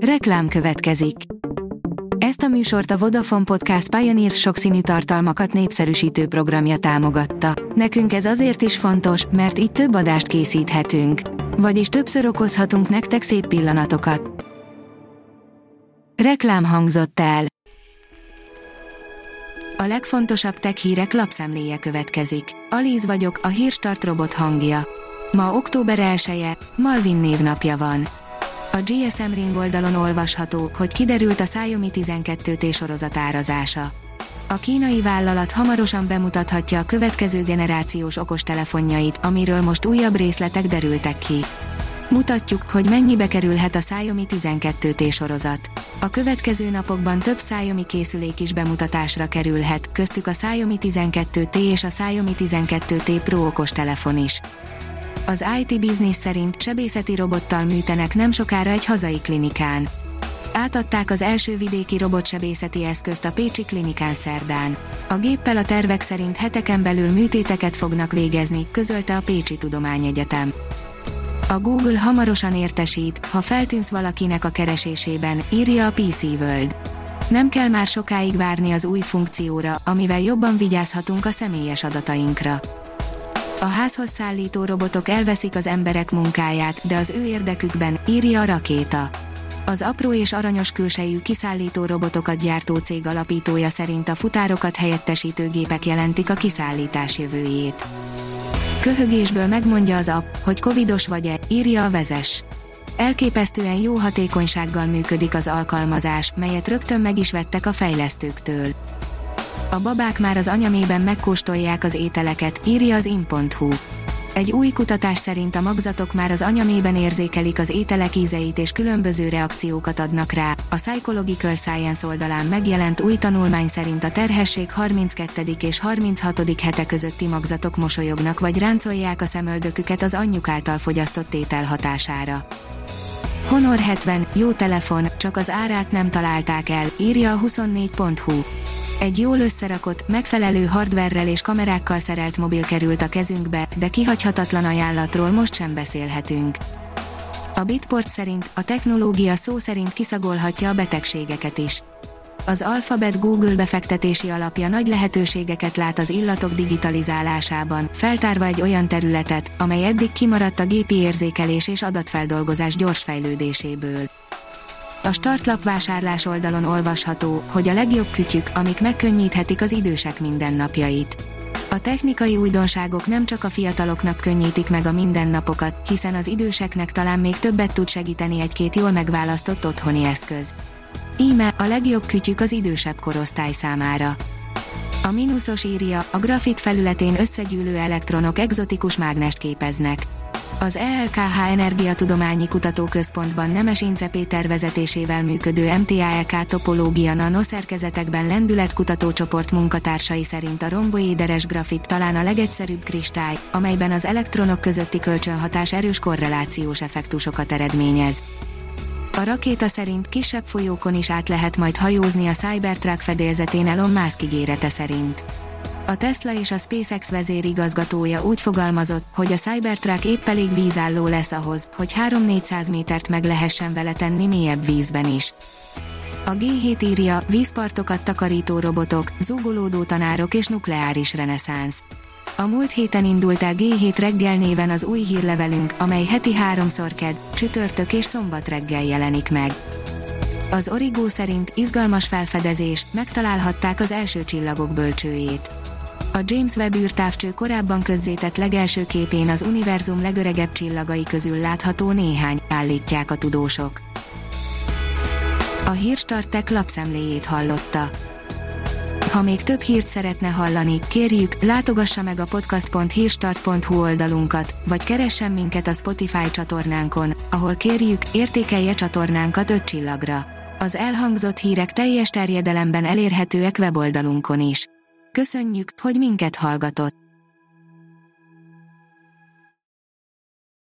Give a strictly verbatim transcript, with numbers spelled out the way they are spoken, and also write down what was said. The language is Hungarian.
Reklám következik. Ezt a műsort a Vodafone Podcast Pioneer sokszínű tartalmakat népszerűsítő programja támogatta. Nekünk ez azért is fontos, mert így több adást készíthetünk. Vagyis többször okozhatunk nektek szép pillanatokat. Reklám hangzott el. A legfontosabb tech hírek lapszemléje következik. Alíz vagyok, a Hírstart robot hangja. Ma október elseje, Malvin névnapja van. A gé es em Ring oldalon olvasható, hogy kiderült a Xiaomi tizenkettő té sorozat árazása. A kínai vállalat hamarosan bemutathatja a következő generációs okostelefonjait, amiről most újabb részletek derültek ki. Mutatjuk, hogy mennyibe kerülhet a Xiaomi tizenkettő té sorozat. A következő napokban több Xiaomi készülék is bemutatásra kerülhet, köztük a Xiaomi tizenkettő té és a Xiaomi tizenkettő té Pro okostelefon is. Az i té Business szerint sebészeti robottal műtenek nem sokára egy hazai klinikán. Átadták az első vidéki robotsebészeti eszközt a pécsi klinikán szerdán. A géppel a tervek szerint heteken belül műtéteket fognak végezni, közölte a Pécsi Tudományegyetem. A Google hamarosan értesít, ha feltűnsz valakinek a keresésében, írja a pé cé World. Nem kell már sokáig várni az új funkcióra, amivel jobban vigyázhatunk a személyes adatainkra. A házhoz szállító robotok elveszik az emberek munkáját, de az ő érdekükben, írja a Rakéta. Az apró és aranyos külsejű kiszállító robotokat gyártó cég alapítója szerint a futárokat helyettesítő gépek jelentik a kiszállítás jövőjét. Köhögésből megmondja az app, hogy covidos vagy-e, írja a Vezess. Elképesztően jó hatékonysággal működik az alkalmazás, melyet rögtön meg is vettek a fejlesztőktől. A babák már az anyamében megkóstolják az ételeket, írja az in pont hu. Egy új kutatás szerint a magzatok már az anyamében érzékelik az ételek ízeit és különböző reakciókat adnak rá. A Psychological Science oldalán megjelent új tanulmány szerint a terhesség harminckettedik és harminchatodik hete közötti magzatok mosolyognak vagy ráncolják a szemöldöküket az anyjuk által fogyasztott étel hatására. Honor hetven, jó telefon, csak az árát nem találták el, írja a huszonnégy pont hu. Egy jól összerakott, megfelelő hardverrel és kamerákkal szerelt mobil került a kezünkbe, de kihagyhatatlan ajánlatról most sem beszélhetünk. A Bitport szerint a technológia szó szerint kiszagolhatja a betegségeket is. Az Alphabet Google befektetési alapja nagy lehetőségeket lát az illatok digitalizálásában, feltárva egy olyan területet, amely eddig kimaradt a gépi érzékelés és adatfeldolgozás gyors fejlődéséből. A startlap vásárlás oldalon olvasható, hogy a legjobb kütyük, amik megkönnyíthetik az idősek mindennapjait. A technikai újdonságok nem csak a fiataloknak könnyítik meg a mindennapokat, hiszen az időseknek talán még többet tud segíteni egy-két jól megválasztott otthoni eszköz. Íme a legjobb kütyük az idősebb korosztály számára. A mínuszos írja, a grafit felületén összegyűlő elektronok egzotikus mágnest képeznek. Az e el ká há Energiatudományi Kutatóközpontban Nemes Ince Péter vezetésével működő em té á el ká topológia nanoszerkezetekben lendületkutatócsoport munkatársai szerint a romboéderes grafit talán a legegyszerűbb kristály, amelyben az elektronok közötti kölcsönhatás erős korrelációs effektusokat eredményez. A rakéta szerint kisebb folyókon is át lehet majd hajózni a Cybertruck fedélzetén Elon Musk ígérete szerint. A Tesla és a SpaceX vezérigazgatója úgy fogalmazott, hogy a Cybertruck épp elég vízálló lesz ahhoz, hogy három-négyszáz métert meg lehessen vele tenni mélyebb vízben is. A gé hét írja, vízpartokat takarító robotok, zúgolódó tanárok és nukleáris reneszánsz. A múlt héten indult el gé hét reggel néven az új hírlevelünk, amely heti háromszor kedd, csütörtök és szombat reggel jelenik meg. Az Origo szerint izgalmas felfedezés, megtalálhatták az első csillagok bölcsőjét. A James Webb űrtávcső korábban közzétett legelső képén az univerzum legöregebb csillagai közül látható néhány, állítják a tudósok. A Hírstart Tech lapszemléjét hallotta. Ha még több hírt szeretne hallani, kérjük, látogassa meg a podcast pont hírstart pont hu oldalunkat, vagy keressen minket a Spotify csatornánkon, ahol kérjük, értékelje csatornánkat öt csillagra. Az elhangzott hírek teljes terjedelemben elérhetőek weboldalunkon is. Köszönjük, hogy minket hallgatott!